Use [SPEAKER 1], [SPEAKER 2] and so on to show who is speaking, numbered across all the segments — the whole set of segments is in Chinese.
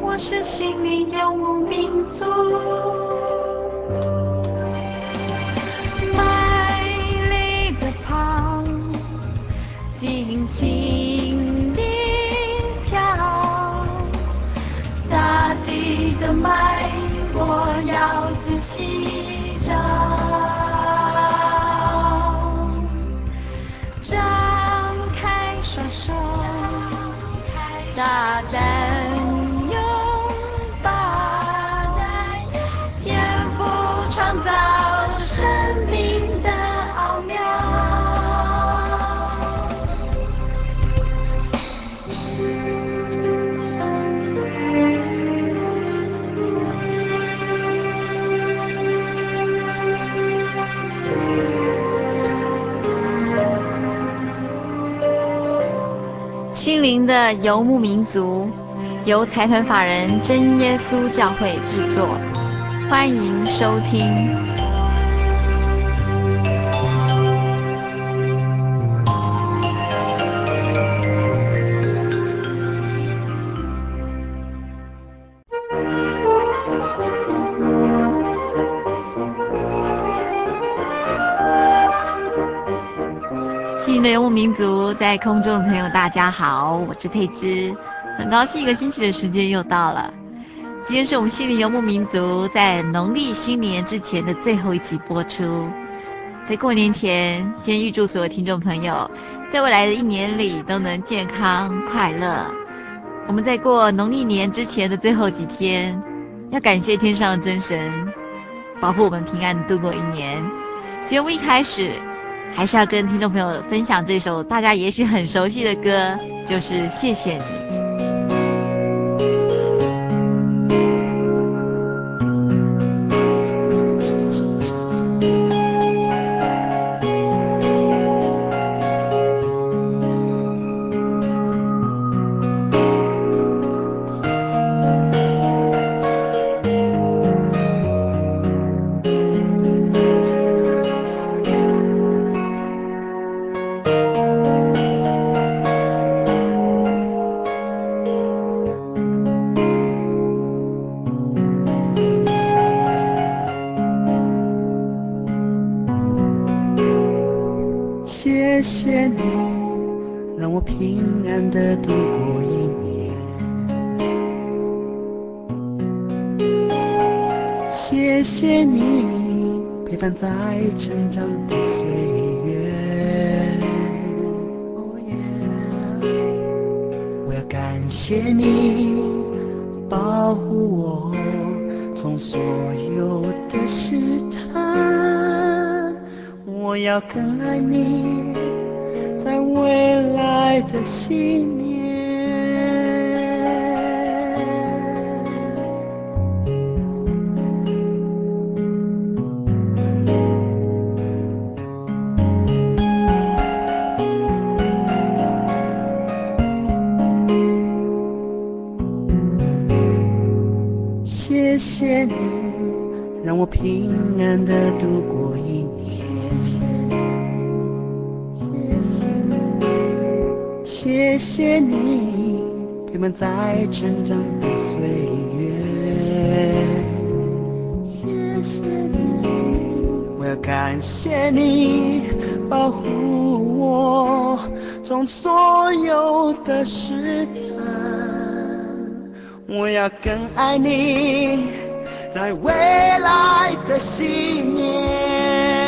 [SPEAKER 1] 我是心灵游牧民族。卖力的跑，尽情地跳，大地的脉我要仔细找，张开双手，大胆拥抱，天赋创造生命的奥妙。心灵的游牧民族，由财团法人真耶稣教会制作，欢迎收听。心灵的游牧民族，在空中的朋友大家好，我是佩芝，很高兴一个星期的时间又到了。今天是我们心灵游牧民族在农历新年之前的最后一集播出。在过年前，先预祝所有听众朋友在未来的一年里都能健康快乐。我们在过农历年之前的最后几天，要感谢天上的真神保护我们平安地度过一年。节目一开始还是要跟听众朋友分享这首大家也许很熟悉的歌，就是谢谢你。
[SPEAKER 2] 谢谢你让我平安地度过一年，谢谢你陪伴在成长的岁月，我要感谢你保护我从所有的试探，我要更爱你在未来的信念。谢谢你让我平安地度过一年，谢谢你陪伴在成长的岁月，谢谢你，我要感谢你保护我从所有的试探，我要更爱你在未来的信念。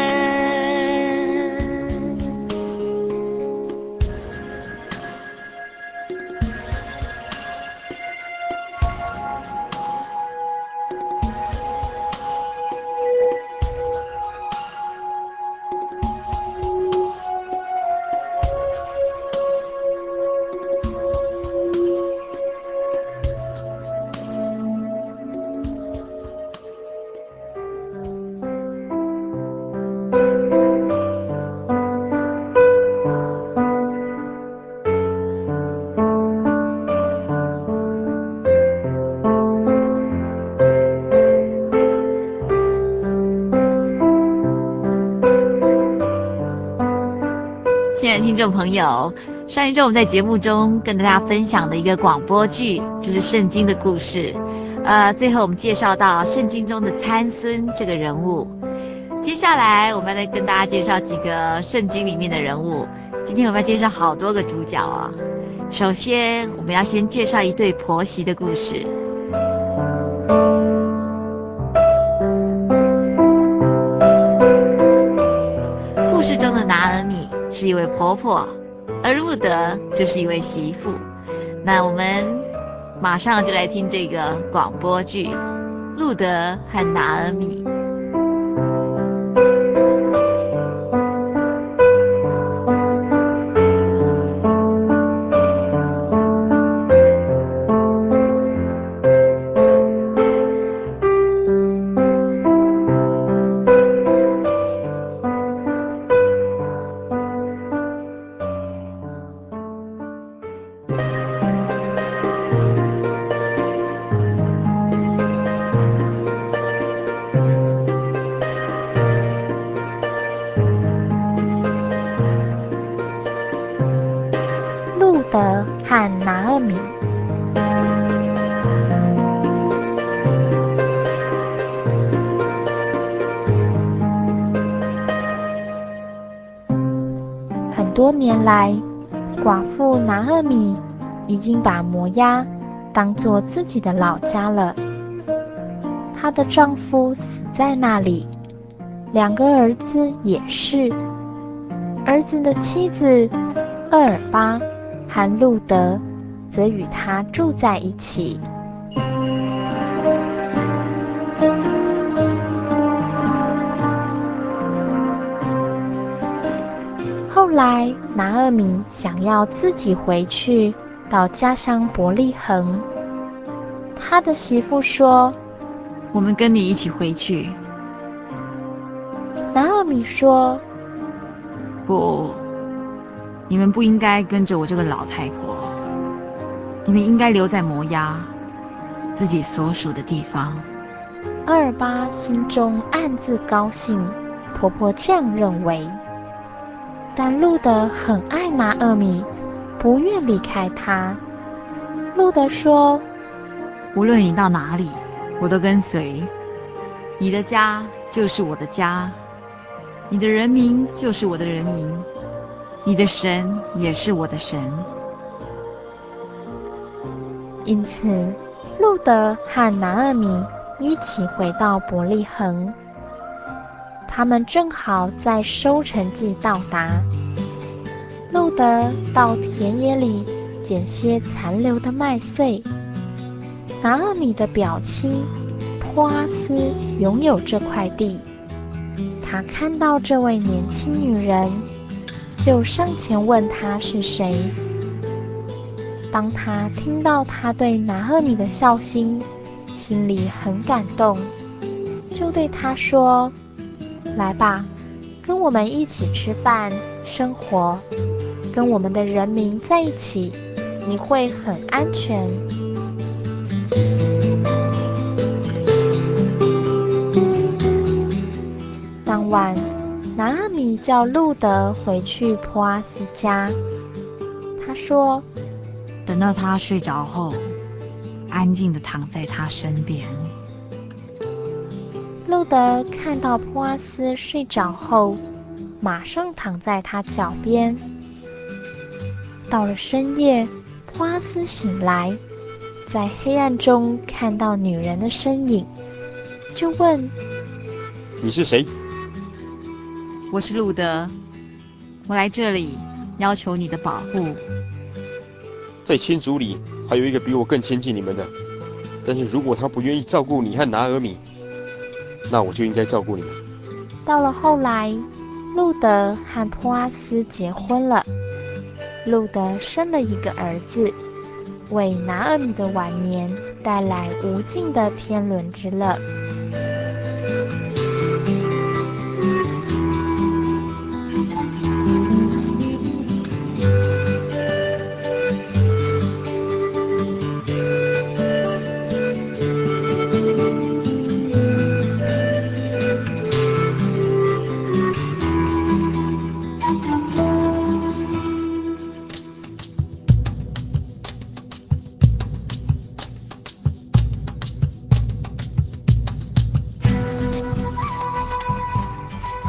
[SPEAKER 1] 亲爱的听众朋友， 上一周我们在节目中跟大家分享的一个广播剧，就是圣经的故事。最后我们介绍到圣经中的参孙这个人物。接下来我们来跟大家介绍几个圣经里面的人物。今天我们要介绍好多个主角啊。首先我们要先介绍一对婆媳的故事。故事中的拿俄米是一位婆婆，而路德就是一位媳妇。那我们马上就来听这个广播剧《路德和拿俄米》。
[SPEAKER 3] 路德和拿俄米。很多年来，寡妇拿俄米已经把摩押当作自己的老家了。她的丈夫死在那里，2个儿子也是。儿子的妻子厄尔巴和路德则与他住在一起。后来拿俄米想要自己回去到家乡伯利恒，他的媳妇说：
[SPEAKER 1] 我们跟你一起回去。
[SPEAKER 3] 拿俄米说：
[SPEAKER 1] 不，你们不应该跟着我这个老太婆，你们应该留在摩押，自己所属的地方。
[SPEAKER 3] 厄尔巴心中暗自高兴，婆婆这样认为。但路德很爱拿俄米，不愿离开她。路德说：
[SPEAKER 1] 无论你到哪里，我都跟随。你的家就是我的家，你的人民就是我的人民，你的神也是我的神。
[SPEAKER 3] 因此，路德和拿俄米一起回到伯利恒。他们正好在收成季到达。路德到田野里捡些残留的麦穗。拿俄米的表亲波阿斯拥有这块地，他看到这位年轻女人，就上前问她是谁。当他听到她对拿俄米的孝心，心里很感动，就对她说：来吧，跟我们一起吃饭生活，跟我们的人民在一起，你会很安全。当晚，拿俄米叫路德回去波阿斯家。他说：
[SPEAKER 1] 等到他睡着后，安静地躺在他身边。
[SPEAKER 3] 路德看到波阿斯睡着后，马上躺在他脚边。到了深夜，波阿斯醒来，在黑暗中看到女人的身影，就问：
[SPEAKER 4] 你是谁？
[SPEAKER 1] 我是路德，我来这里要求你的保护。
[SPEAKER 4] 在亲族里还有一个比我更亲近你们的，但是如果他不愿意照顾你和拿俄米，那我就应该照顾你们。
[SPEAKER 3] 到了后来，路德和波阿斯结婚了。路德生了一个儿子，为拿俄米的晚年带来无尽的天伦之乐。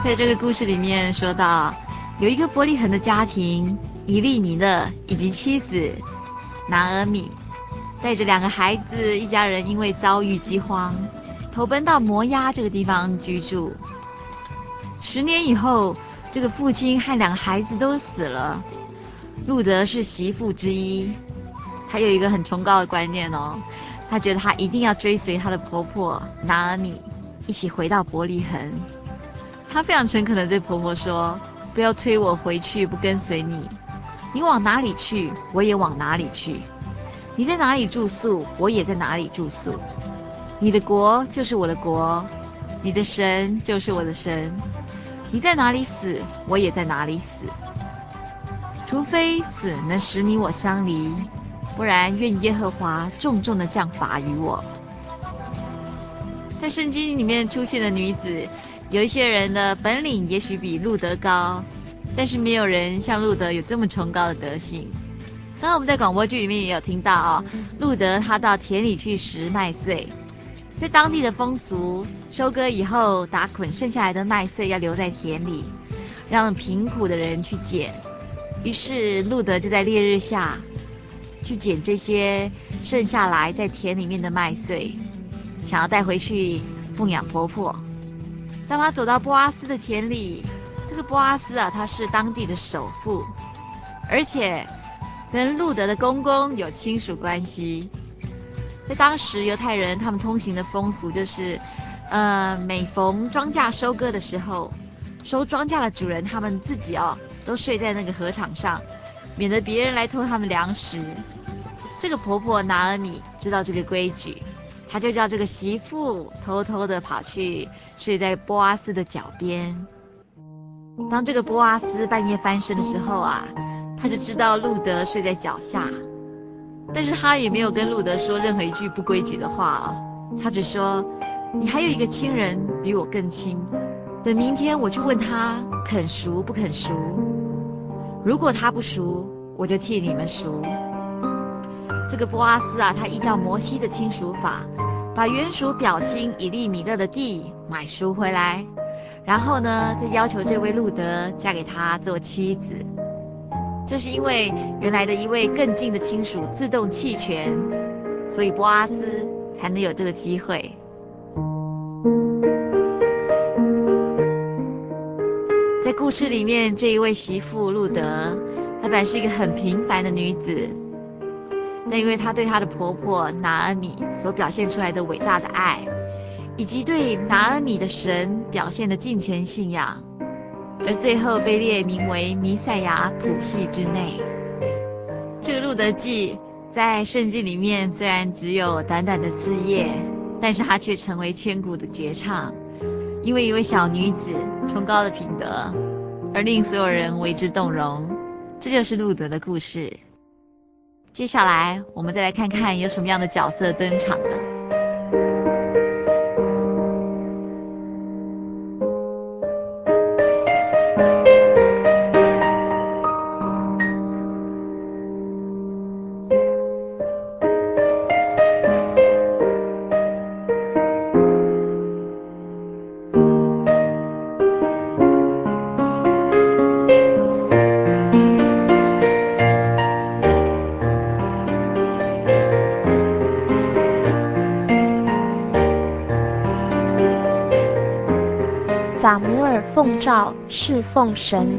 [SPEAKER 1] 在这个故事里面说到，有一个伯利恒的家庭，以利米勒以及妻子拿俄米，带着2个孩子，一家人因为遭遇饥荒，投奔到摩押这个地方居住。10年以后，这个父亲和2个孩子都死了，路德是媳妇之一。还有一个很崇高的观念哦，她觉得她一定要追随她的婆婆拿俄米一起回到伯利恒。她非常诚恳地对婆婆说，不要催我回去不跟随你，你往哪里去我也往哪里去，你在哪里住宿我也在哪里住宿，你的国就是我的国，你的神就是我的神，你在哪里死我也在哪里死，除非死能使你我相离，不然愿耶和华重重的降罚于我。在圣经里面出现的女子，有一些人的本领也许比路德高，但是没有人像路德有这么崇高的德行。刚刚我们在广播剧里面也有听到路德他到田里去拾麦穗，在当地的风俗，收割以后打捆剩下来的麦穗要留在田里，让贫苦的人去捡。于是路德就在烈日下去捡这些剩下来在田里面的麦穗，想要带回去奉养婆婆。当他走到波阿斯的田里，这个波阿斯他是当地的首富，而且跟路德的公公有亲属关系。在当时犹太人他们通行的风俗就是每逢庄稼收割的时候，收庄稼的主人他们自己都睡在那个禾场上，免得别人来偷他们粮食。这个婆婆拿俄米知道这个规矩，她就叫这个媳妇偷偷的跑去睡在波阿斯的脚边。当这个波阿斯半夜翻身的时候他就知道路德睡在脚下，但是他也没有跟路德说任何一句不规矩的话他只说，你还有一个亲人比我更亲，等明天我去问他肯赎不肯赎，如果他不赎，我就替你们赎。这个波阿斯他依照摩西的亲属法，把原属表亲以利米勒的地买赎回来，然后呢再要求这位路德嫁给他做妻子。这是因为原来的一位更近的亲属自动弃权，所以波阿斯才能有这个机会。在故事里面，这一位媳妇路德，她本来是一个很平凡的女子，但因为她对她的婆婆拿俄米所表现出来的伟大的爱，以及对拿俄米的神表现的敬虔信仰，而最后被列名为弥赛亚谱系之内。这个路德记在圣经里面虽然只有短短的4页，但是它却成为千古的绝唱，因为一位小女子崇高的品德而令所有人为之动容。这就是路德的故事。接下来我们再来看看有什么样的角色登场了。
[SPEAKER 3] 撒母耳奉召侍奉神。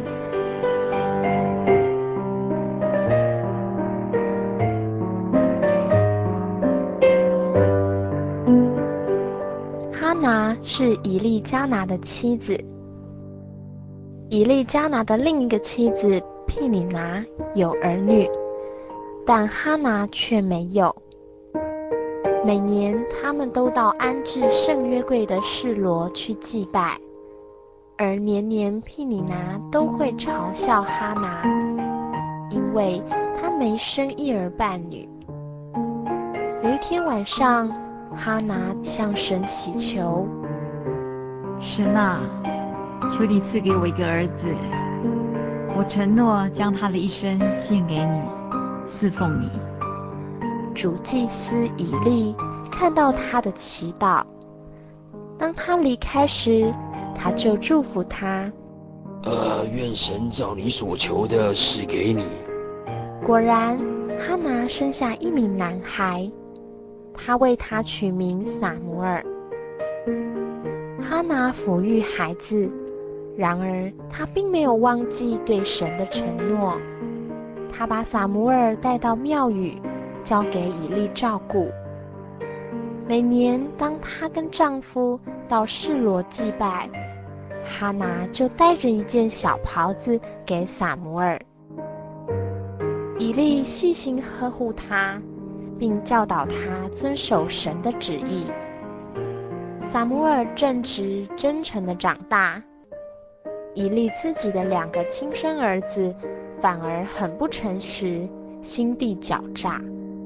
[SPEAKER 3] 哈拿是以利加拿的妻子，以利加拿的另一个妻子毗尼拿有儿女，但哈拿却没有。每年他们都到安置圣约柜的示罗去祭拜，而年年毗尼拿都会嘲笑哈拿，因为她没生一儿半女。有一天晚上，哈拿向神祈求，
[SPEAKER 1] 神啊，求你赐给我一个儿子，我承诺将他的一生献给你，侍奉你。
[SPEAKER 3] 主祭司以利看到他的祈祷，当他离开时， 他就祝福他，
[SPEAKER 4] 愿神照你所求的赐给你。
[SPEAKER 3] 果然，哈拿生下一名男孩，他为他取名撒母耳。哈拿抚育孩子，然而他并没有忘记对神的承诺。他把撒母耳带到庙宇，交给以利照顾。每年当她跟丈夫到示罗祭拜，哈拿就带着一件小袍子给撒母耳。以利细心呵护她，并教导她遵守神的旨意。撒母耳正直真诚地长大，以利自己的2个亲生儿子反而很不诚实，心地狡诈。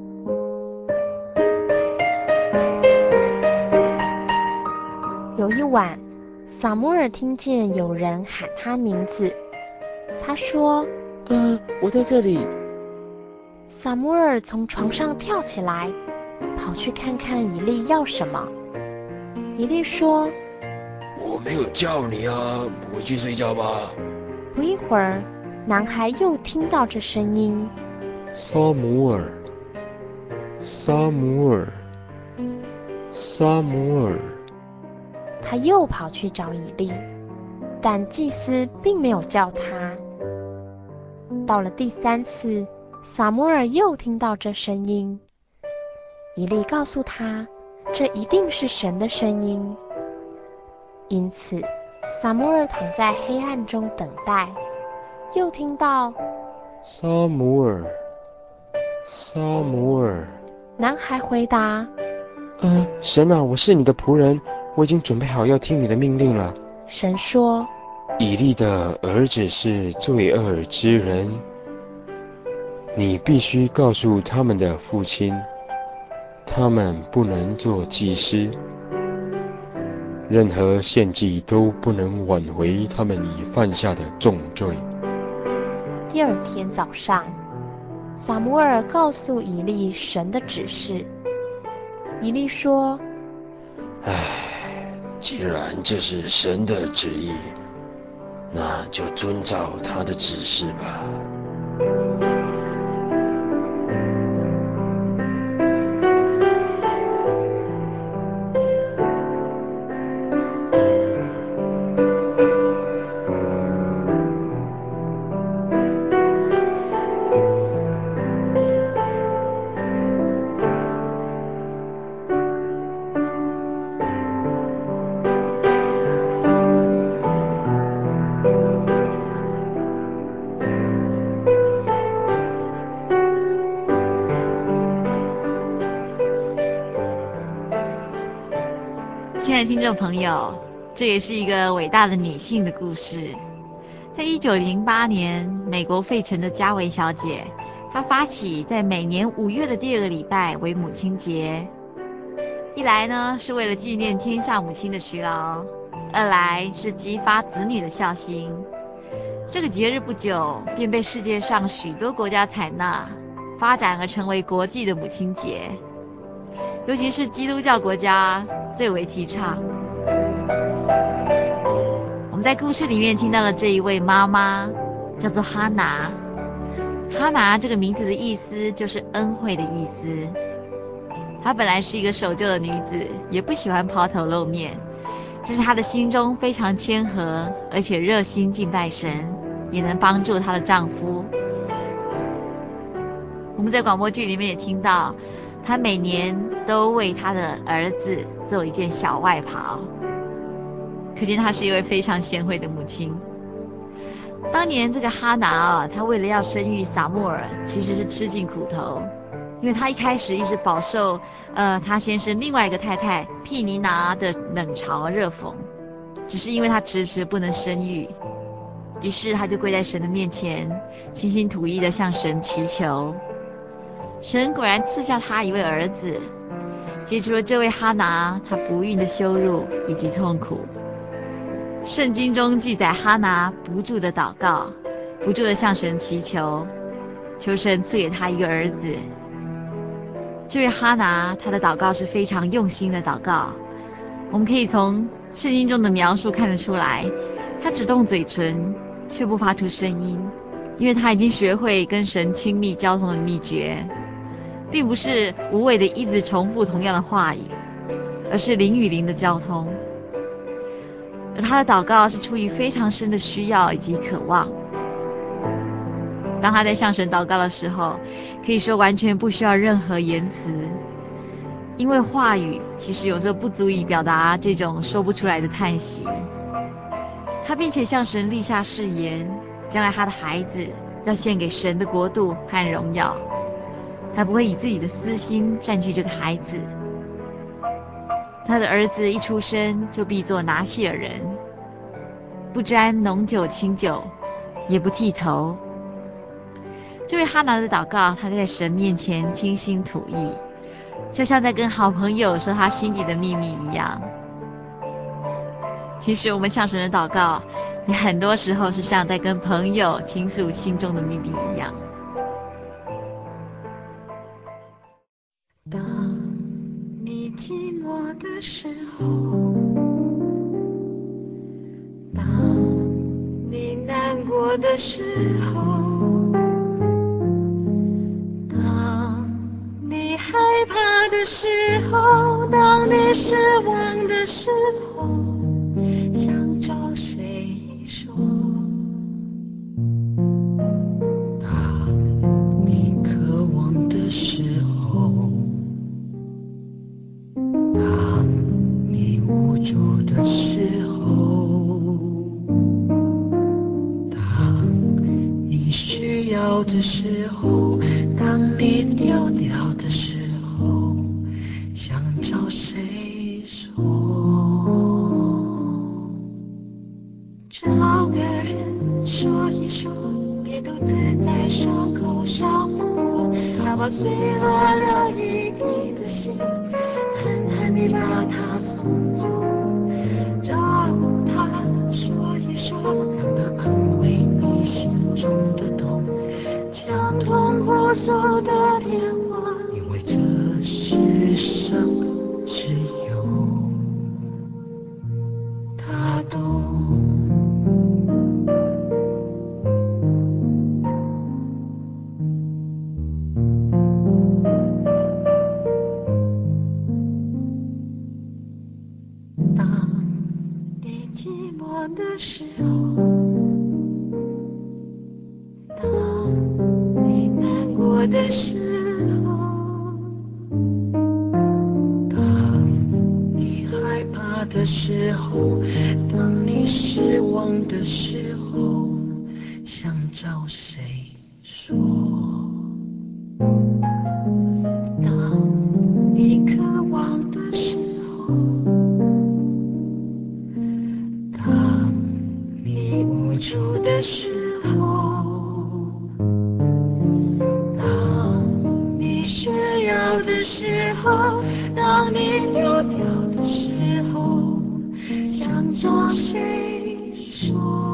[SPEAKER 3] 有一晚，撒母耳听见有人喊他名字，他说：
[SPEAKER 4] 我在这里。
[SPEAKER 3] 撒母耳从床上跳起来，跑去看看以利要什么。以利说：
[SPEAKER 4] 我没有叫你啊，回去睡觉吧。
[SPEAKER 3] 不一会儿，男孩又听到这声音：
[SPEAKER 4] 撒母耳，撒母耳，撒母耳。
[SPEAKER 3] 他又跑去找以利，但祭司并没有叫他。到了第3次，撒母耳又听到这声音。以利告诉他，这一定是神的声音。因此，撒母耳躺在黑暗中等待，又听到
[SPEAKER 4] 撒母耳，撒母耳。
[SPEAKER 3] 男孩回答：
[SPEAKER 4] 神啊，我是你的仆人，我已经准备好要听你的命令了。
[SPEAKER 3] 神说：
[SPEAKER 4] 以利的儿子是罪恶之人，你必须告诉他们的父亲，他们不能做祭司，任何献祭都不能挽回他们已犯下的重罪。
[SPEAKER 3] 第2天早上，撒母耳告诉以利神的指示。以利说：
[SPEAKER 4] 既然这是神的旨意，那就遵照他的指示吧。
[SPEAKER 1] 亲爱的听众朋友，这也是一个伟大的女性的故事。在1908年，美国费城的嘉维小姐，她发起在每年5月的第2个礼拜为母亲节。一来呢，是为了纪念天下母亲的辛劳；二来是激发子女的孝心。这个节日不久便被世界上许多国家采纳，发展而成为国际的母亲节。尤其是基督教国家最为提倡。我们在故事里面听到了这一位妈妈，叫做哈拿。哈拿这个名字的意思就是恩惠的意思。她本来是一个守旧的女子，也不喜欢抛头露面，但是她的心中非常谦和，而且热心敬拜神，也能帮助她的丈夫。我们在广播剧里面也听到，她每年都为她的儿子做一件小外袍，可见她是一位非常贤惠的母亲。当年这个哈拿她为了要生育撒母耳，其实是吃尽苦头，因为她一开始一直饱受她先生另外一个太太毗尼拿的冷嘲热讽，只是因为她迟迟不能生育，于是她就跪在神的面前，倾心吐意的向神祈求。神果然赐下她一位儿子，解除了这位哈拿她不孕的羞辱以及痛苦。圣经中记载哈拿不住的祷告，不住的向神祈求，求神赐给她一个儿子。这位哈拿她的祷告是非常用心的祷告，我们可以从圣经中的描述看得出来，他只动嘴唇，却不发出声音，因为他已经学会跟神亲密交通的秘诀，并不是无谓的一直重复同样的话语，而是灵与灵的交通。而他的祷告是出于非常深的需要以及渴望。当他在向神祷告的时候，可以说完全不需要任何言辞，因为话语其实有时候不足以表达这种说不出来的叹息。他并且向神立下誓言，将来他的孩子要献给神的国度和荣耀，他不会以自己的私心占据这个孩子。他的儿子一出生就必做拿细耳人，不沾浓酒清酒，也不剃头。这位哈拿的祷告，他在神面前倾心吐意，就像在跟好朋友说他心底的秘密一样。其实我们向神的祷告，也很多时候是像在跟朋友倾诉心中的秘密一样。
[SPEAKER 5] 当你寂寞的时候，当你难过的时候，当你害怕的时候，当你失望的时候，想找谁说？
[SPEAKER 2] 当你渴望的时候，当你无助的时候，当你需要的时候，当你丢掉的时候，想找谁说？
[SPEAKER 5] 找个人说一说，别独自在伤口上抚摸，哪怕碎落了一地的心，狠狠地把它送走。找他说一说，
[SPEAKER 2] 让他安慰你心中的痛，
[SPEAKER 5] 将痛苦说的电话，
[SPEAKER 2] 因为这世上只有他懂。
[SPEAKER 5] 当你寂寞的时候，当你难过的时候，
[SPEAKER 2] 当你害怕的时候，当你失望的时候，想找谁说？
[SPEAKER 5] 当你渴望的时候，
[SPEAKER 2] 当你无助的时候，
[SPEAKER 5] 当你需要的时候，当你丢掉的时候，想找谁说？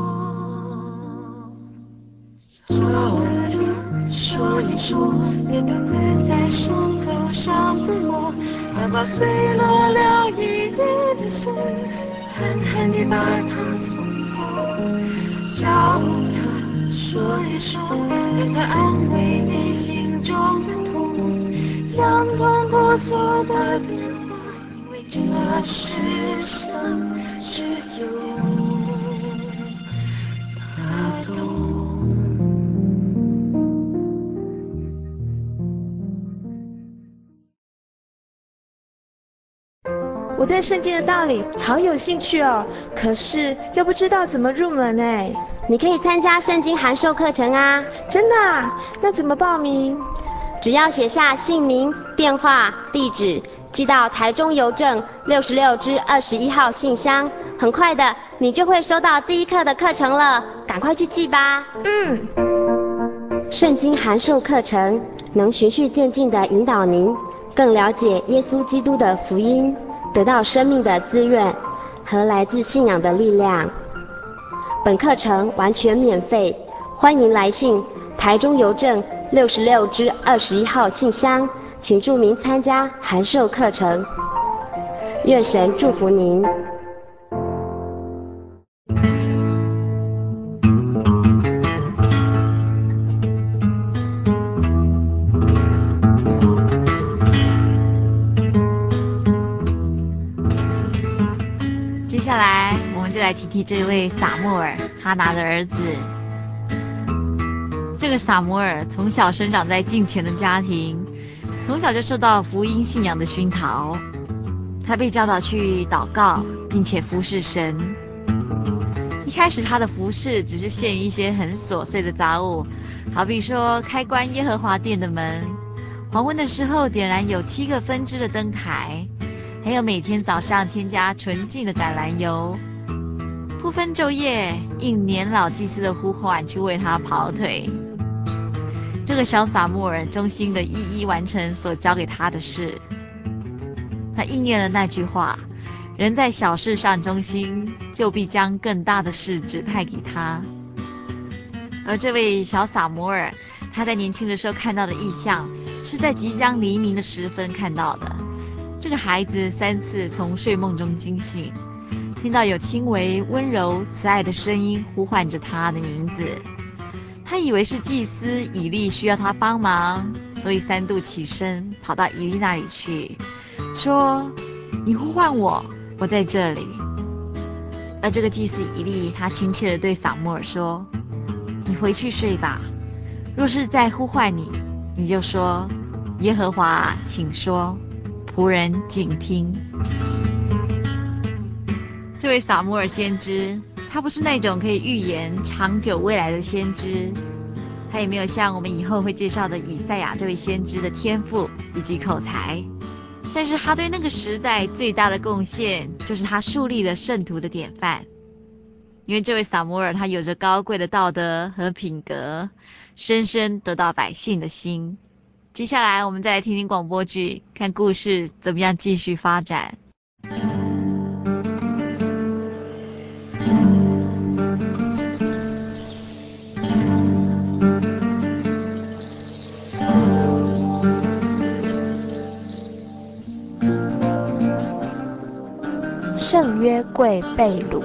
[SPEAKER 5] 找个人说一说，别独自在伤口上抚摸，哪怕碎落了一地的心，狠狠地把它送走。找他说一说，让他安慰你心中的痛，将痛苦说的电话，因为这世上只有他懂。
[SPEAKER 6] 我对圣经的道理好有兴趣哦，可是又不知道怎么入门哎。
[SPEAKER 7] 你可以参加圣经函授课程啊。
[SPEAKER 6] 真的啊？那怎么报名？
[SPEAKER 7] 只要写下姓名、电话、地址，寄到台中邮政66支21号信箱，很快的你就会收到第一课的课程了，赶快去寄吧。圣经函授课程能循序渐进地引导您更了解耶稣基督的福音，得到生命的滋润和来自信仰的力量。本课程完全免费，欢迎来信台中邮政66支21号信箱，请注明参加函授课程。愿神祝福您。
[SPEAKER 1] 就来提提这位撒母耳哈拿的儿子。这个撒母耳从小生长在敬虔的家庭，从小就受到福音信仰的熏陶。他被教导去祷告，并且服侍神。一开始他的服侍只是限于一些很琐碎的杂物，好比说开关耶和华殿的门，黄昏的时候点燃有7个分支的灯台，还有每天早上添加纯净的橄榄油。不分昼夜，应年老祭司的呼唤去为他跑腿。这个小撒母耳忠心的一一完成所交给他的事。他应验了那句话：人在小事上忠心，就必将更大的事指派给他。而这位小撒母耳，他在年轻的时候看到的异象，是在即将黎明的时分看到的。这个孩子3次从睡梦中惊醒，听到有轻微温柔慈爱的声音呼唤着他的名字。他以为是祭司以利需要他帮忙，所以3度起身跑到以利那里去，说：你呼唤我，我在这里。而这个祭司以利，他亲切地对撒母耳说：你回去睡吧，若是再呼唤你，你就说：耶和华请说，仆人静听。这位撒母耳先知，他不是那种可以预言长久未来的先知，他也没有像我们以后会介绍的以赛亚这位先知的天赋以及口才，但是他对那个时代最大的贡献，就是他树立了圣徒的典范。因为这位撒母耳，他有着高贵的道德和品格，深深得到百姓的心。接下来我们再来听听广播剧，看故事怎么样继续发展。
[SPEAKER 3] 圣约柜被掳。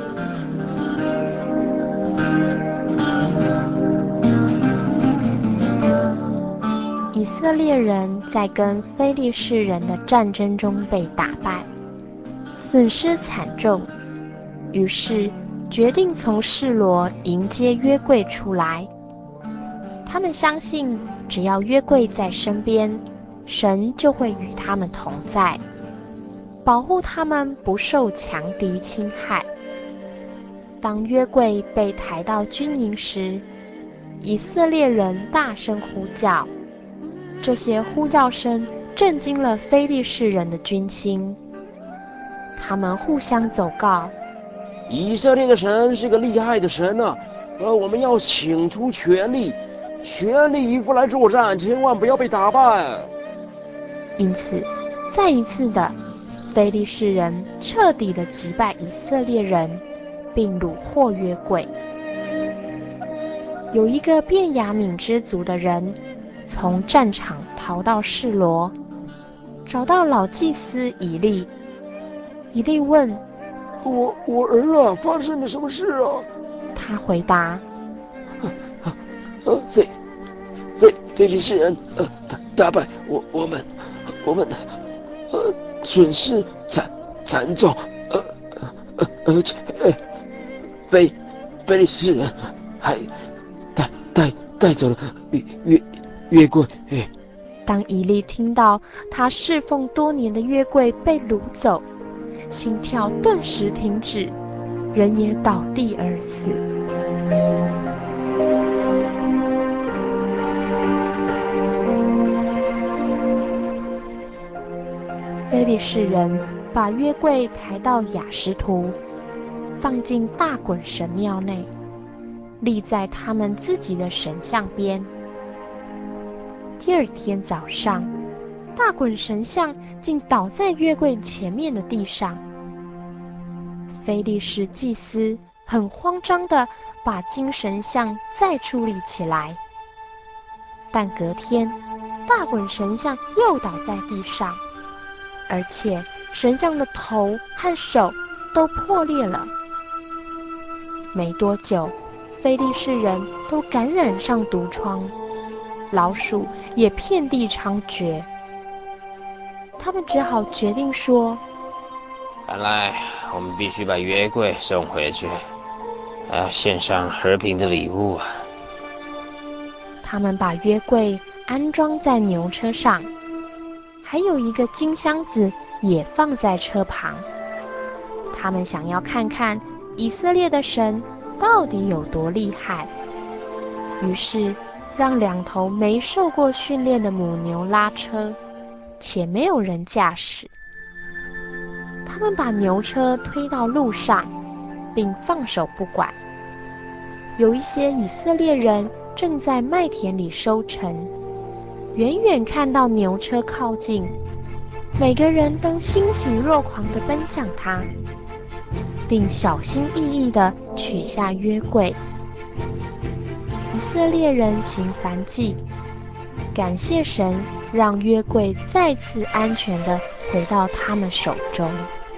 [SPEAKER 3] 以色列人在跟非利士人的战争中被打败，损失惨重，于是决定从示罗迎接约柜出来。他们相信，只要约柜在身边，神就会与他们同在，保护他们不受强敌侵害。当约柜被抬到军营时，以色列人大声呼叫，这些呼叫声震惊了非利士人的军心。他们互相走告：
[SPEAKER 8] 以色列的神是个厉害的神啊！我们要请出全力以赴来作战，千万不要被打败。
[SPEAKER 3] 因此，再一次的，非利士人彻底的击败以色列人，并掳获约柜。有一个便雅悯之族的人从战场逃到示罗，找到老祭司以利。以利问：
[SPEAKER 8] 我儿啊，发生了什么事啊？
[SPEAKER 3] 他回答：
[SPEAKER 8] 非利士人打败我们损失惨重，而且非利士人还带走了约柜。
[SPEAKER 3] 当以利听到他侍奉多年的约柜被掳走，心跳顿时停止，人也倒地而死。非利士人把约柜抬到雅什图，放进大衮神庙内，立在他们自己的神像边。第二天早上，大衮神像竟倒在约柜前面的地上。非利士祭司很慌张地把金神像再矗立起来，但隔天大衮神像又倒在地上，而且神像的头和手都破裂了。没多久，非利士人都感染上毒疮，老鼠也遍地猖獗。他们只好决定说：
[SPEAKER 4] 看来我们必须把约柜送回去，还要献上和平的礼物啊。
[SPEAKER 3] 他们把约柜安装在牛车上，还有一个金箱子也放在车旁。他们想要看看以色列的神到底有多厉害，于是让2头没受过训练的母牛拉车，且没有人驾驶。他们把牛车推到路上，并放手不管。有一些以色列人正在麦田里收成，远远看到牛车靠近，每个人都欣喜若狂地奔向它，并小心翼翼地取下约柜。以色列人行燔祭，感谢神让约柜再次安全地回到他们手中。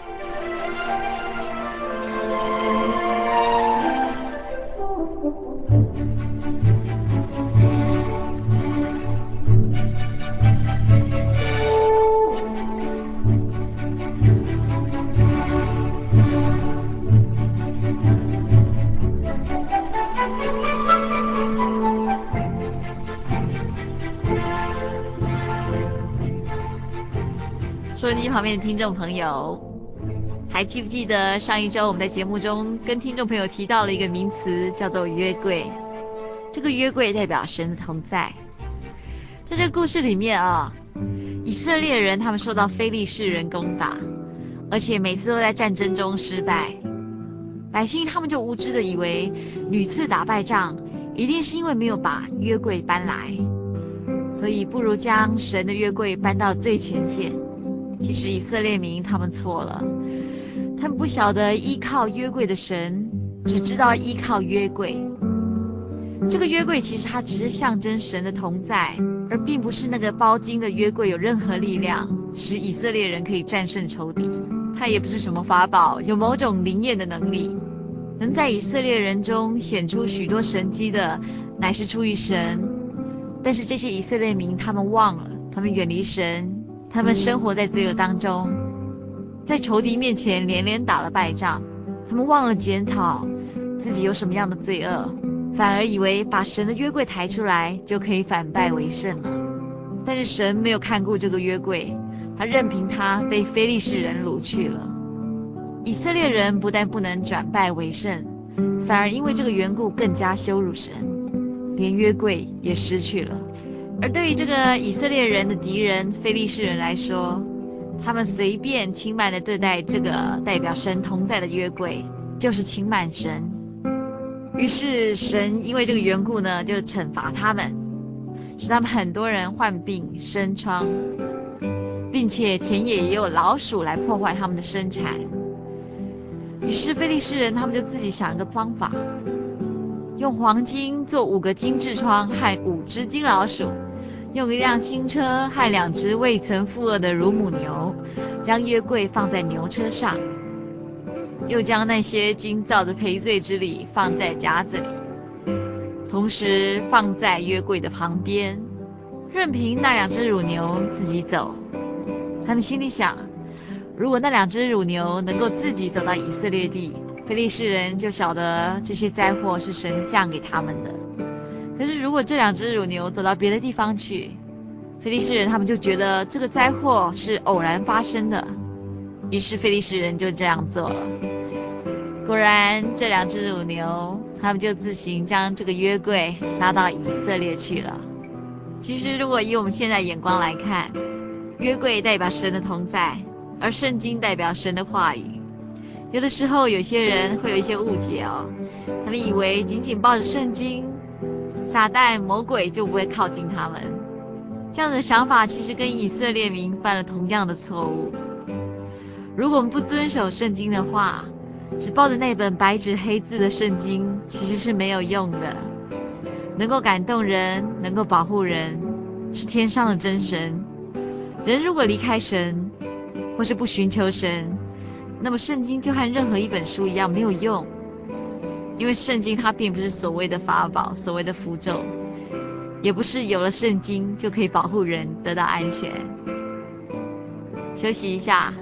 [SPEAKER 1] 收音机旁边的听众朋友，还记不记得上一周我们在节目中跟听众朋友提到了一个名词，叫做约柜。这个约柜代表神的同在。在这个故事里面啊，以色列人他们受到非利士人攻打，而且每次都在战争中失败。百姓他们就无知的以为屡次打败仗一定是因为没有把约柜搬来，所以不如将神的约柜搬到最前线。其实以色列民他们错了，他们不晓得依靠约柜的神，只知道依靠约柜。这个约柜其实它只是象征神的同在，而并不是那个包金的约柜有任何力量使以色列人可以战胜仇敌。它也不是什么法宝，有某种灵验的能力，能在以色列人中显出许多神迹的乃是出于神。但是这些以色列民他们忘了，他们远离神，他们生活在罪恶当中，在仇敌面前连连打了败仗。他们忘了检讨自己有什么样的罪恶，反而以为把神的约柜抬出来就可以反败为胜了。但是神没有看顾这个约柜，他任凭他被非利士人掳去了。以色列人不但不能转败为胜，反而因为这个缘故更加羞辱神，连约柜也失去了。而对于这个以色列人的敌人非利士人来说，他们随便轻慢的对待这个代表神同在的约柜，就是轻慢神。于是神因为这个缘故呢，就惩罚他们，使他们很多人患病生疮，并且田野也有老鼠来破坏他们的生产。于是非利士人他们就自己想一个方法，用黄金做5个金痔疮和5只金老鼠，用一辆新车和2只未曾负恶的乳母牛，将约柜放在牛车上，又将那些金造的赔罪之礼放在夹子里，同时放在约柜的旁边，任凭那2只乳牛自己走。他们心里想，如果那2只乳牛能够自己走到以色列地，非利士人就晓得这些灾祸是神降给他们的。可是如果这2只乳牛走到别的地方去，非利士人他们就觉得这个灾祸是偶然发生的，于是非利士人就这样做了。果然这2只乳牛他们就自行将这个约柜拉到以色列去了。其实如果以我们现在眼光来看，约柜代表神的同在，而圣经代表神的话语。有的时候有些人会有一些误解哦，他们以为仅仅抱着圣经，撒旦魔鬼就不会靠近他们。这样的想法其实跟以色列民犯了同样的错误。如果我们不遵守圣经的话，只抱着那本白纸黑字的圣经其实是没有用的。能够感动人，能够保护人，是天上的真神。人如果离开神，或是不寻求神，那么圣经就和任何一本书一样没有用。因为圣经它并不是所谓的法宝，所谓的符咒，也不是有了圣经就可以保护人得到安全。休息一下，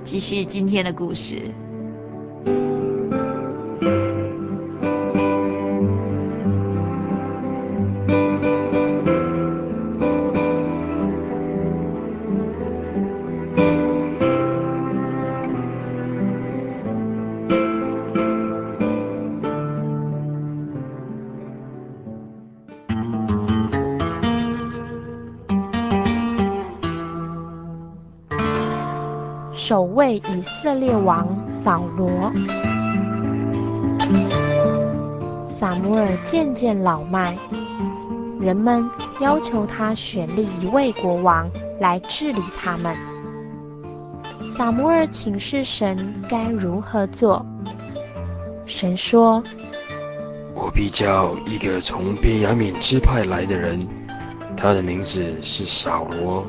[SPEAKER 1] 继续今天的故事。
[SPEAKER 3] 守卫以色列王扫罗。撒母耳渐渐老迈，人们要求他选立一位国王来治理他们。撒母耳请示神该如何做。神说：
[SPEAKER 4] 我必叫一个从便雅悯支派来的人，他的名字是扫罗。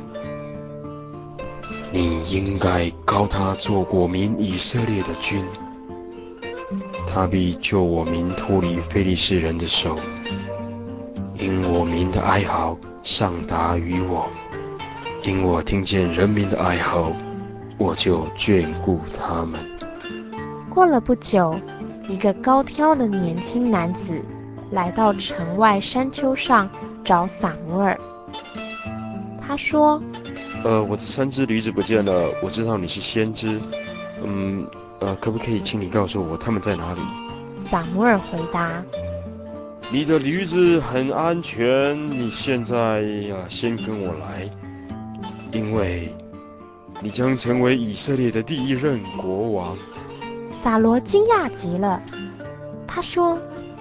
[SPEAKER 4] 你应该膏他做我民以色列的君，他必救我民脱离非利士人的手，因我民的哀嚎上达于我，因我听见人民的哀嚎，我就眷顾他们。
[SPEAKER 3] 过了不久，一个高挑的年轻男子来到城外山丘上找撒母耳。他说：
[SPEAKER 4] 我的3只驴子不见了，我知道你是先知，可不可以请你告诉我他们在哪里？
[SPEAKER 3] 撒母耳回答：
[SPEAKER 4] 你的驴子很安全，你现在先跟我来，因为你将成为以色列的第1任国王。
[SPEAKER 3] 扫罗惊讶极了，他说：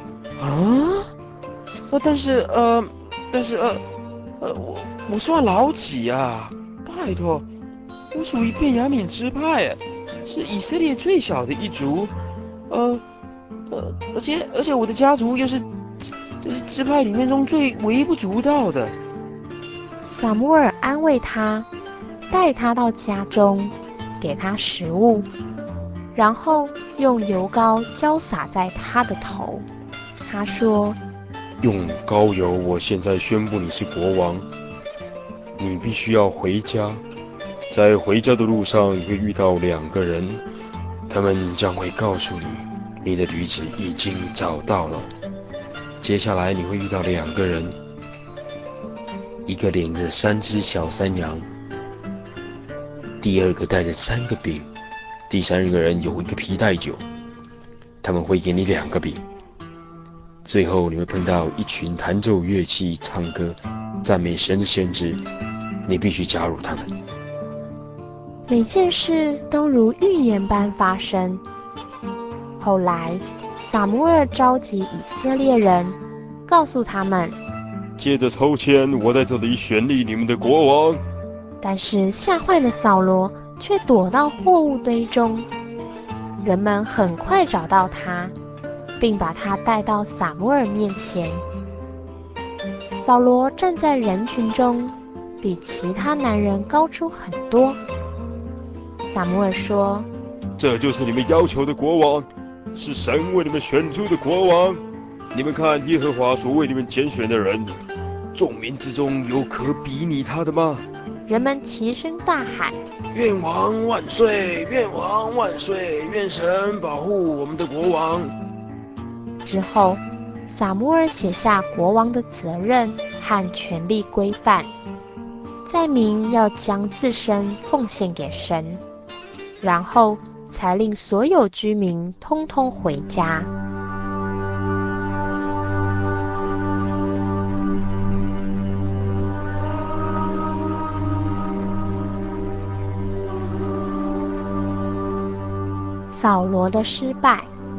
[SPEAKER 8] 我算老几啊？拜托，我属于便雅悯支派，是以色列最小的一族，而且我的家族又是这是支派里面中最微不足道的。
[SPEAKER 3] 撒母耳安慰他，带他到家中，给他食物，然后用油膏浇洒在他的头。他说：
[SPEAKER 4] 用膏油，我现在宣布你是国王。你必须要回家，在回家的路上你会遇到2个人，他们将会告诉你，你的驴子已经找到了。接下来你会遇到2个人，一个领着3只小山羊，第2个带着3个饼，第3个人有一个皮带酒，他们会给你2个饼。最后你会碰到一群弹奏乐器、唱歌、赞美神的先知，你必须加入他们。
[SPEAKER 3] 每件事都如预言般发生。后来，撒母耳召集以色列人，告诉他们：
[SPEAKER 4] 接着抽签，我在这里选立你们的国王。
[SPEAKER 3] 但是吓坏了扫罗，却躲到货物堆中。人们很快找到他，并把他带到撒母耳面前。扫罗站在人群中，比其他男人高出很多。撒母耳说：
[SPEAKER 4] 这就是你们要求的国王，是神为你们选出的国王。你们看耶和华所为你们拣选的人，众民之中有可比拟他的吗？
[SPEAKER 3] 人们齐声大喊：
[SPEAKER 8] 愿王万岁！愿王万岁！愿神保护我们的国王。
[SPEAKER 3] 之后，撒母耳写下国王的责任和权力规范，载明要将自身奉献给神，然后才令所有居民通通回家。扫罗的失败。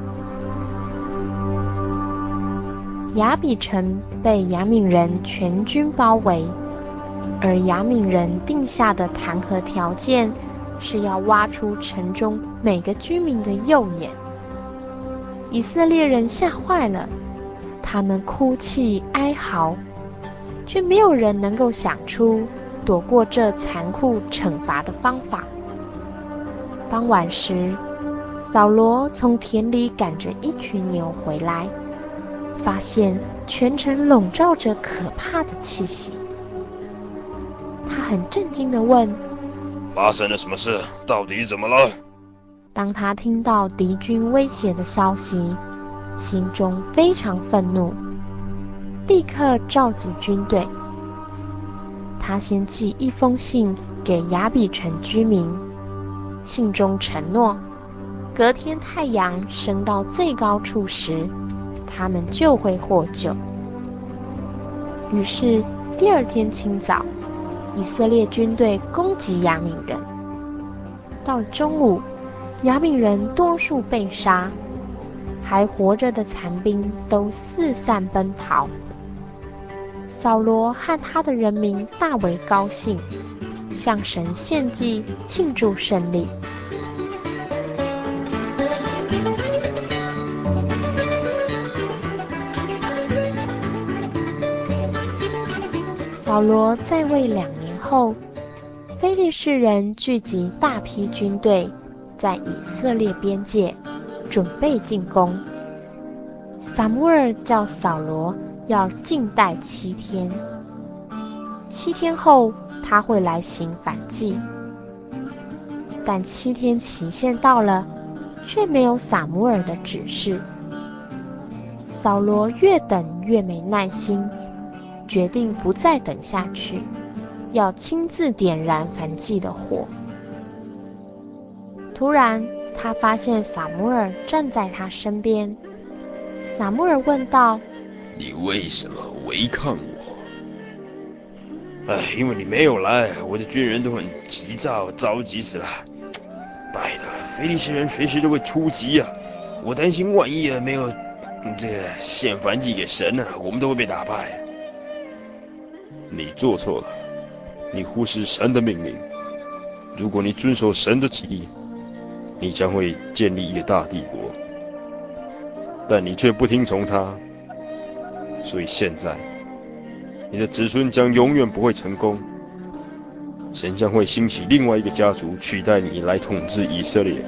[SPEAKER 3] 亚比城被亚悯人全军包围，而亚悯人定下的弹劾条件是要挖出城中每个居民的右眼。以色列人吓坏了，他们哭泣哀嚎，却没有人能够想出躲过这残酷惩罚的方法。傍晚时，扫罗从田里赶着一群牛回来，发现全城笼罩着可怕的气息。他很震惊地问：
[SPEAKER 8] 发生了什么事？到底怎么了？
[SPEAKER 3] 当他听到敌军威胁的消息，心中非常愤怒，立刻召集军队。他先寄一封信给雅比城居民，信中承诺，隔天太阳升到最高处时，他们就会获救。于是第二天清早，以色列军队攻击亚悯人。到了中午，亚悯人多数被杀，还活着的残兵都四散奔逃。扫罗和他的人民大为高兴，向神献祭庆祝胜利。扫罗在位2年后，非利士人聚集大批军队，在以色列边界准备进攻。撒母耳叫扫罗要静待7天，7天后他会来行反击。但7天期限到了，却没有撒母耳的指示。扫罗越等越没耐心，决定不再等下去，要亲自点燃燔祭的火。突然，他发现撒母耳站在他身边。撒母耳问道：“
[SPEAKER 8] 你为什么违抗我？”“因为你没有来，我的军人都很急躁，着急死了。拜托，非利士人随时都会出击啊！我担心万一没有这个献燔祭给神呢，我们都会被打败。”“你做错了，你忽视神的命令。如果你遵守神的旨意，你将会建立一个大帝国。但你却不听从他，所以现在你的子孙将永远不会成功。神将会兴起另外一个家族取代你来统治以色列。”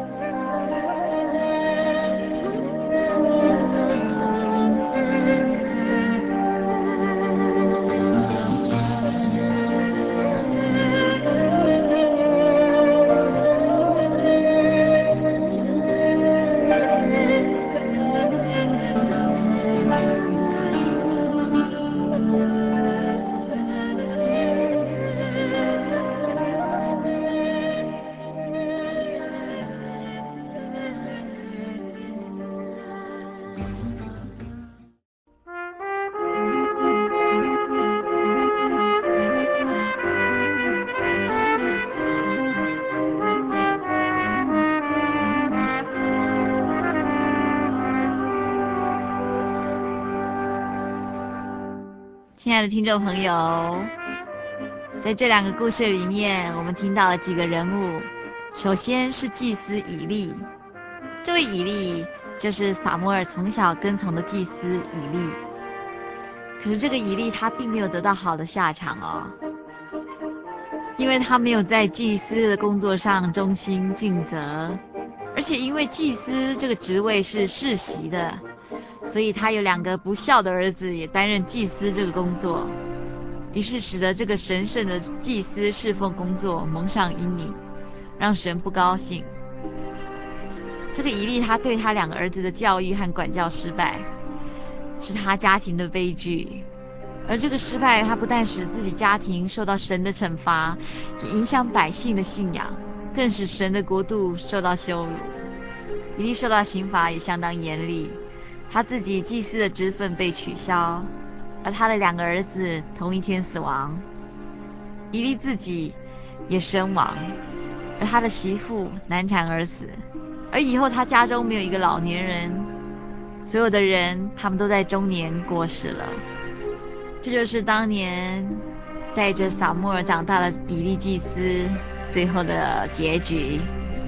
[SPEAKER 1] 亲爱的听众朋友，在这2个故事里面，我们听到了几个人物。首先是祭司以利，这位以利就是撒母耳从小跟从的祭司以利。可是这个以利他并没有得到好的下场哦，因为他没有在祭司的工作上忠心尽责，而且因为祭司这个职位是世袭的，所以他有2个不孝的儿子也担任祭司这个工作，于是使得这个神圣的祭司侍奉工作蒙上阴影，让神不高兴。这个以利他对他2个儿子的教育和管教失败，是他家庭的悲剧。而这个失败，他不但使自己家庭受到神的惩罚，也影响百姓的信仰，更使神的国度受到羞辱。以利受到刑罚也相当严厉，他自己祭司的职分被取消，而他的2个儿子同一天死亡。以利自己也身亡，而他的媳妇难产而死。而以后他家中没有一个老年人，所有的人他们都在中年过世了。这就是当年带着撒母耳长大的以利祭司最后的结局。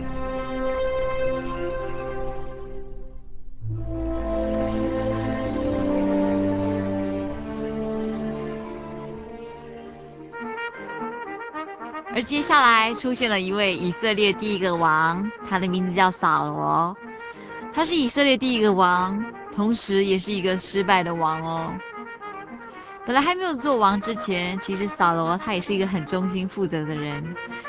[SPEAKER 1] 而接下来出现了一位以色列第一个王，他的名字叫扫罗。他是以色列第一个王，同时也是一个失败的王哦。本来还没有做王之前，其实扫罗他也是一个很忠心负责的人。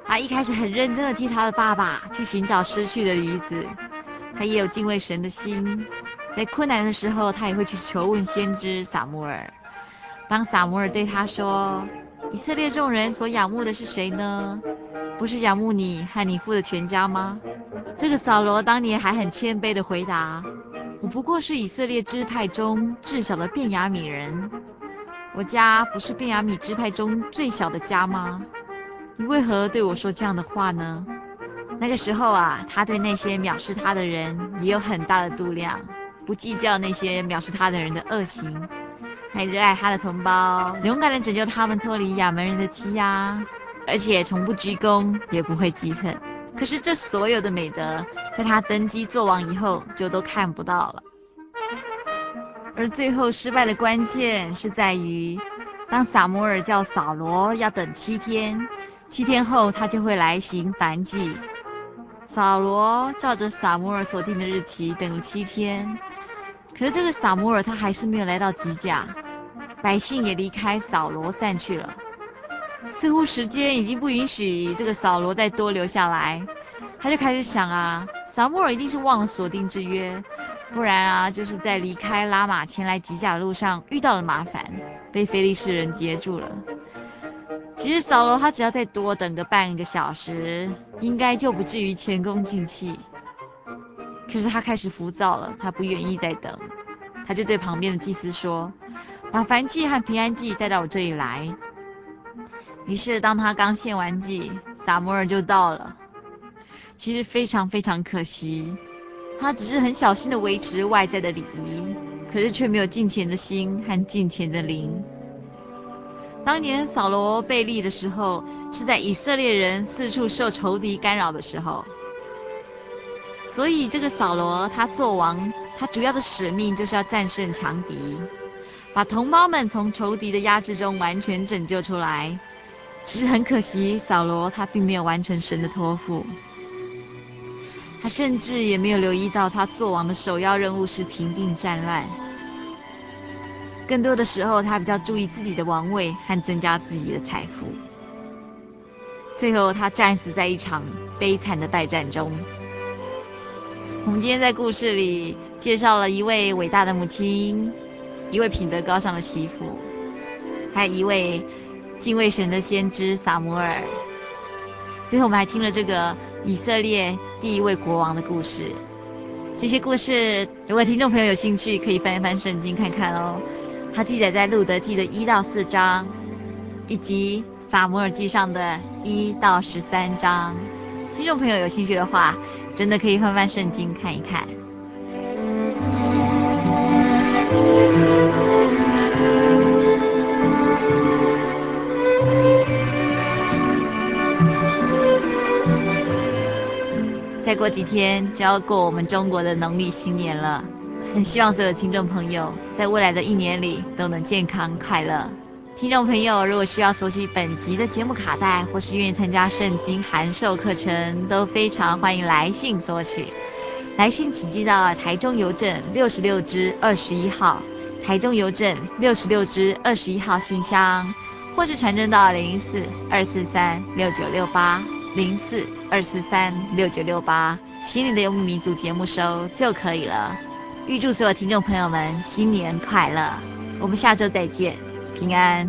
[SPEAKER 1] 他一开始很认真的替他的爸爸去寻找失去的驴子，他也有敬畏神的心，在困难的时候他也会去求问先知撒母耳。当撒母耳对他说，以色列众人所仰慕的是谁呢？不是仰慕你和你父的全家吗？这个扫罗当年还很谦卑的回答，我不过是以色列支派中至小的便雅悯人，我家不是便雅悯支派中最小的家吗？你为何对我说这样的话呢？那个时候啊，他对那些藐视他的人也有很大的度量，不计较那些藐视他的人的恶行，还热爱他的同胞，勇敢地拯救他们脱离亚扪人的欺压，而且从不居功，也不会记恨。可是这所有的美德，在他登基做王以后，就都看不到了。而最后失败的关键是在于，当撒母耳叫扫罗要等7天，7天后他就会来行燔祭。扫罗照着撒母耳所定的日期等了7天，可是这个撒母耳他还是没有来到吉甲，百姓也离开扫罗散去了。似乎时间已经不允许这个扫罗再多留下来，他就开始想啊，撒母耳一定是忘了所定之约，不然啊就是在离开拉玛前来吉甲的路上遇到了麻烦，被非利士人截住了。其实扫罗他只要再多等个半个小时，应该就不至于前功尽弃。可是他开始浮躁了，他不愿意再等，他就对旁边的祭司说，把燔祭和平安祭带到我这里来。于是当他刚献完祭，撒母耳就到了。其实非常非常可惜，他只是很小心的维持外在的礼仪，可是却没有敬虔的心和敬虔的灵。当年扫罗被立的时候，是在以色列人四处受仇敌干扰的时候，所以这个扫罗他做王，他主要的使命就是要战胜强敌，把同胞们从仇敌的压制中完全拯救出来。只是很可惜，扫罗他并没有完成神的托付，他甚至也没有留意到他做王的首要任务是平定战乱。更多的时候他比较注意自己的王位和增加自己的财富，最后他战死在一场悲惨的败战中。我们今天在故事里介绍了一位伟大的母亲，一位品德高尚的媳妇，还有一位敬畏神的先知撒母耳。最后我们还听了这个以色列第一位国王的故事。这些故事如果听众朋友有兴趣，可以翻一翻圣经看看哦。它记载在路德记的1到4章，以及撒母耳记上的1到13章。听众朋友有兴趣的话，真的可以翻翻圣经看一看。再过几天就要过我们中国的农历新年了，很希望所有的听众朋友在未来的1年里都能健康快乐。听众朋友如果需要索取本集的节目卡带，或是愿意参加圣经函授课程，都非常欢迎来信索取。来信请寄到台中邮政66支21号，台中邮政66支21号信箱，或是传真到04-243-6968，04-243-6968，心灵的游牧民族节目收就可以了。预祝所有听众朋友们新年快乐，我们下周再见，平安。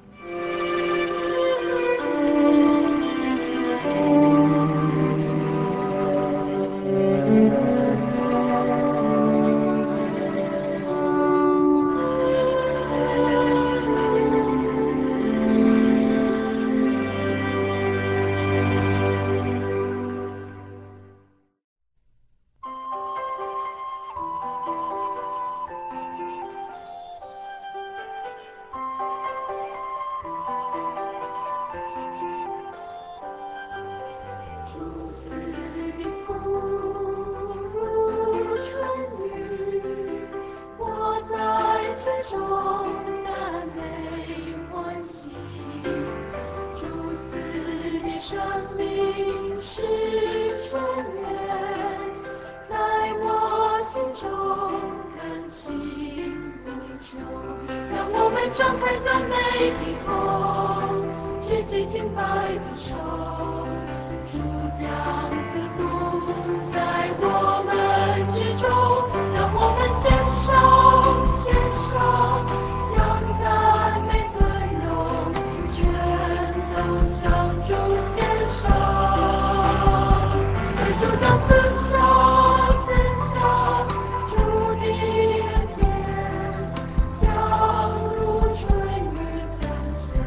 [SPEAKER 5] 让我们张开赞美的口，举起敬拜的手。 主将赐福在我们之中，让我们献上，将赞美尊荣全都向主献上。而主将赐下主的恩典，将如春雨降下。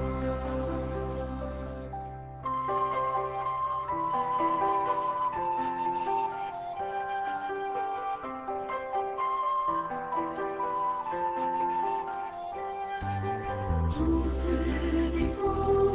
[SPEAKER 5] 主赐的福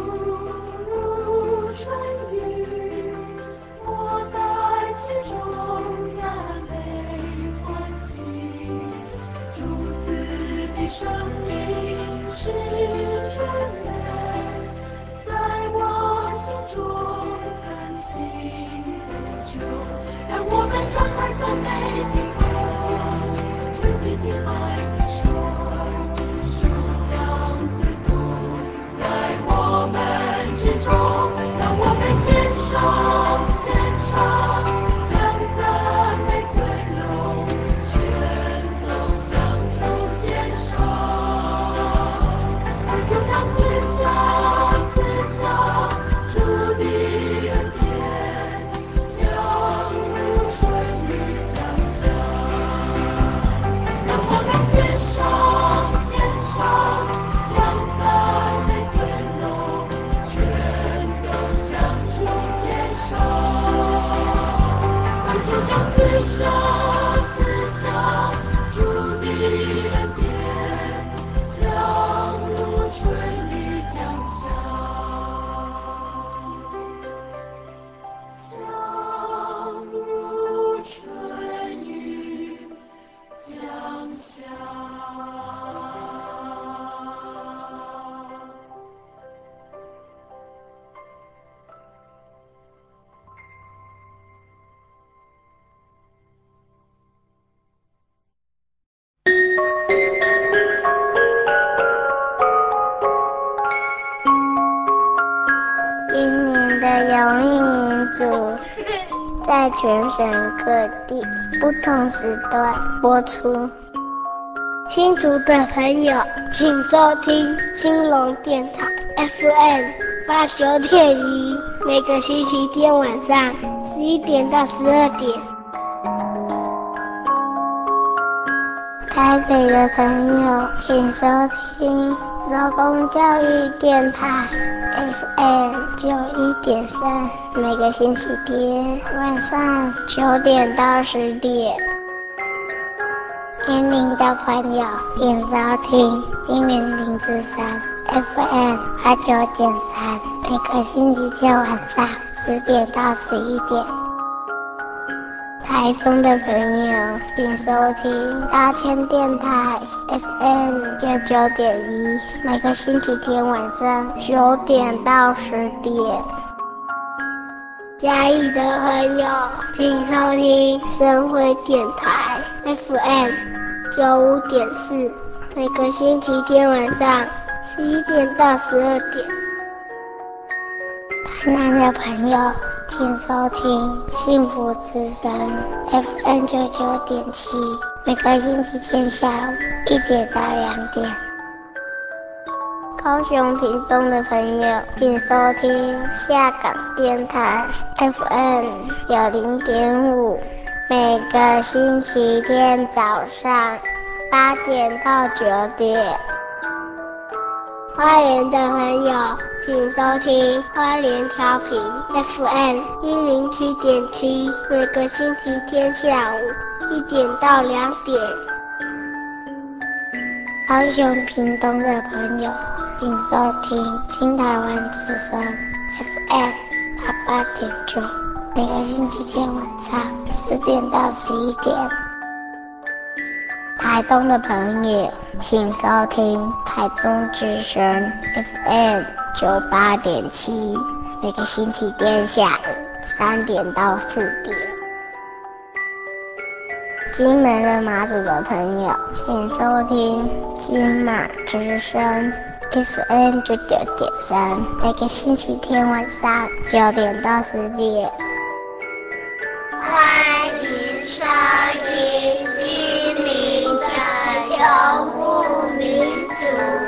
[SPEAKER 5] 如春雨，我在其中赞美欢喜。主赐的生命是泉源，在我心中更新不朽。让我们敞开赞美的口，吹起敬拜的手，主将赐福在我们之中，让我们献上，将赞美尊荣全都向主献上。而主将赐下主的恩典，将如春雨降下。让我们献上，将赞美尊荣全都向主献上。而主将赐下主的恩典，将如春雨降下，将如春雨降下。
[SPEAKER 9] 今年的游艺民族在全省各地不同时段播出。新竹的朋友请收听兴隆电台 FM89.1，每个星期天晚上11点到12点。台北的朋友请收听劳工教育电台 FM91.3，每个星期天晚上9点到10点。年龄的朋友请收听金源043 FM89.3，每个星期天晚上10点到11点。台中的朋友请收听大千电台 FM99.1，每个星期天晚上9点到10点。嘉义的朋友请收听深辉电台 FM95.4，每个星期天晚上11点到12点。台南的朋友请收听幸福之声 FM99.7，每个星期天下午1点到2点。高雄屏东的朋友请收听下港电台 FM90.5，每个星期天早上8点到9点。花莲的朋友请收听花莲调频 FM107.7，每个星期天下午1点到2点。高雄屏东的朋友请收听新台湾之声 FM88.9，每个星期天晚上10点到11点。台东的朋友请收听台东之声 FM98.7，每个星期天下午3点到4点。金门的马祖的朋友请收听金马之声 FM99.3，每个星期天晚上9点到10点。欢迎收听心灵的游牧民族。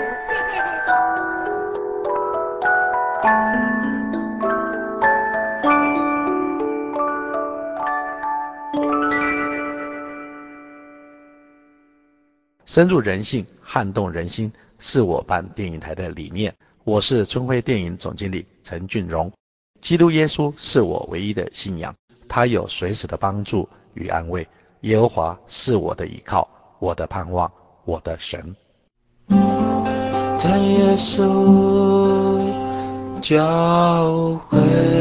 [SPEAKER 10] 深入人性，撼动人心，是我办电影台的理念。我是春晖电影总经理陈俊荣。基督耶稣是我唯一的信仰，他有随时的帮助与安慰。耶和华是我的依靠，我的盼望，我的神。
[SPEAKER 11] 在耶稣教会。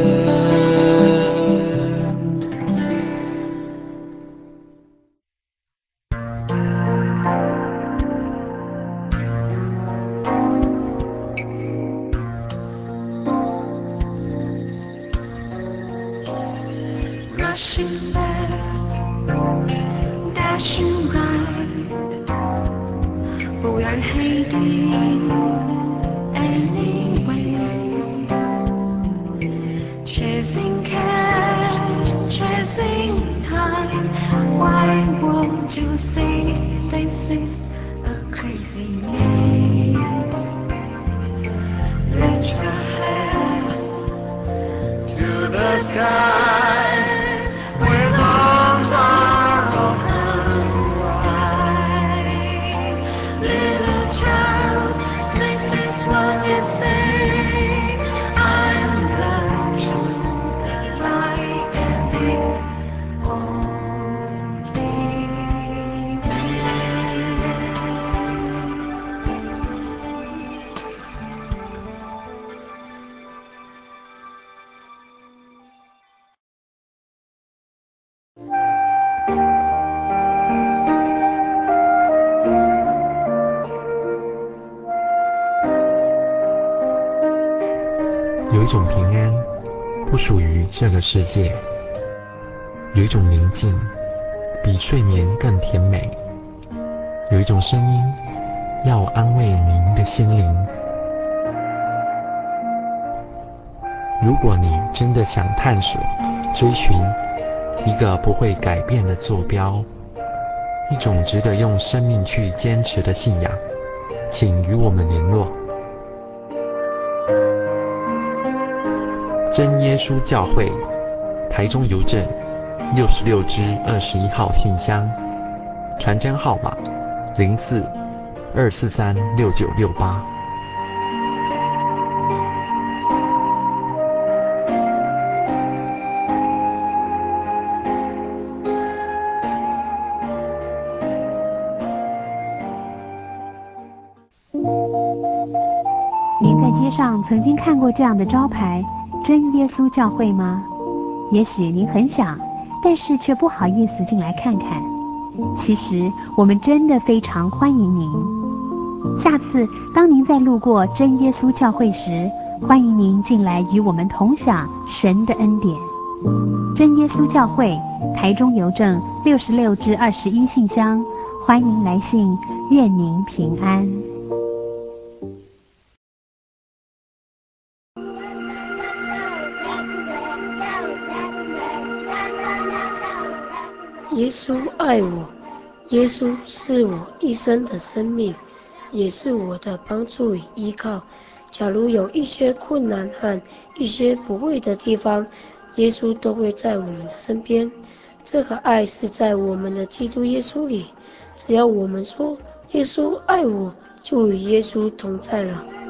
[SPEAKER 5] Rushing left, dashing right, but we aren't hating anyway. Chasing cash, chasing time. Why won't you say this is a crazy maze? Lift your head to the sky. With arms are open wide, little child, this is what it says. I am the truth, the light, and the only way.
[SPEAKER 12] 有一种平安不属于这个世界，有一种宁静比睡眠更甜美，有一种声音要安慰您的心灵。如果你真的想探索追寻一个不会改变的坐标，一种值得用生命去坚持的信仰，请与我们联络。真耶稣教会，台中邮政66支21号信箱，传真号码04-243-6968。
[SPEAKER 13] 您在街上曾经看过这样的招牌真耶稣教会吗？也许您很想，但是却不好意思进来看看。其实我们真的非常欢迎您。下次当您在路过真耶稣教会时，欢迎您进来与我们同享神的恩典。真耶稣教会，台中邮政66支21信箱，欢迎来信，愿您平安。
[SPEAKER 14] 耶稣爱我，耶稣是我一生的生命，也是我的帮助与依靠。假如有一些困难和一些不会的地方，耶稣都会在我们身边。这个爱是在我们的基督耶稣里，只要我们说耶稣爱我，就与耶稣同在了。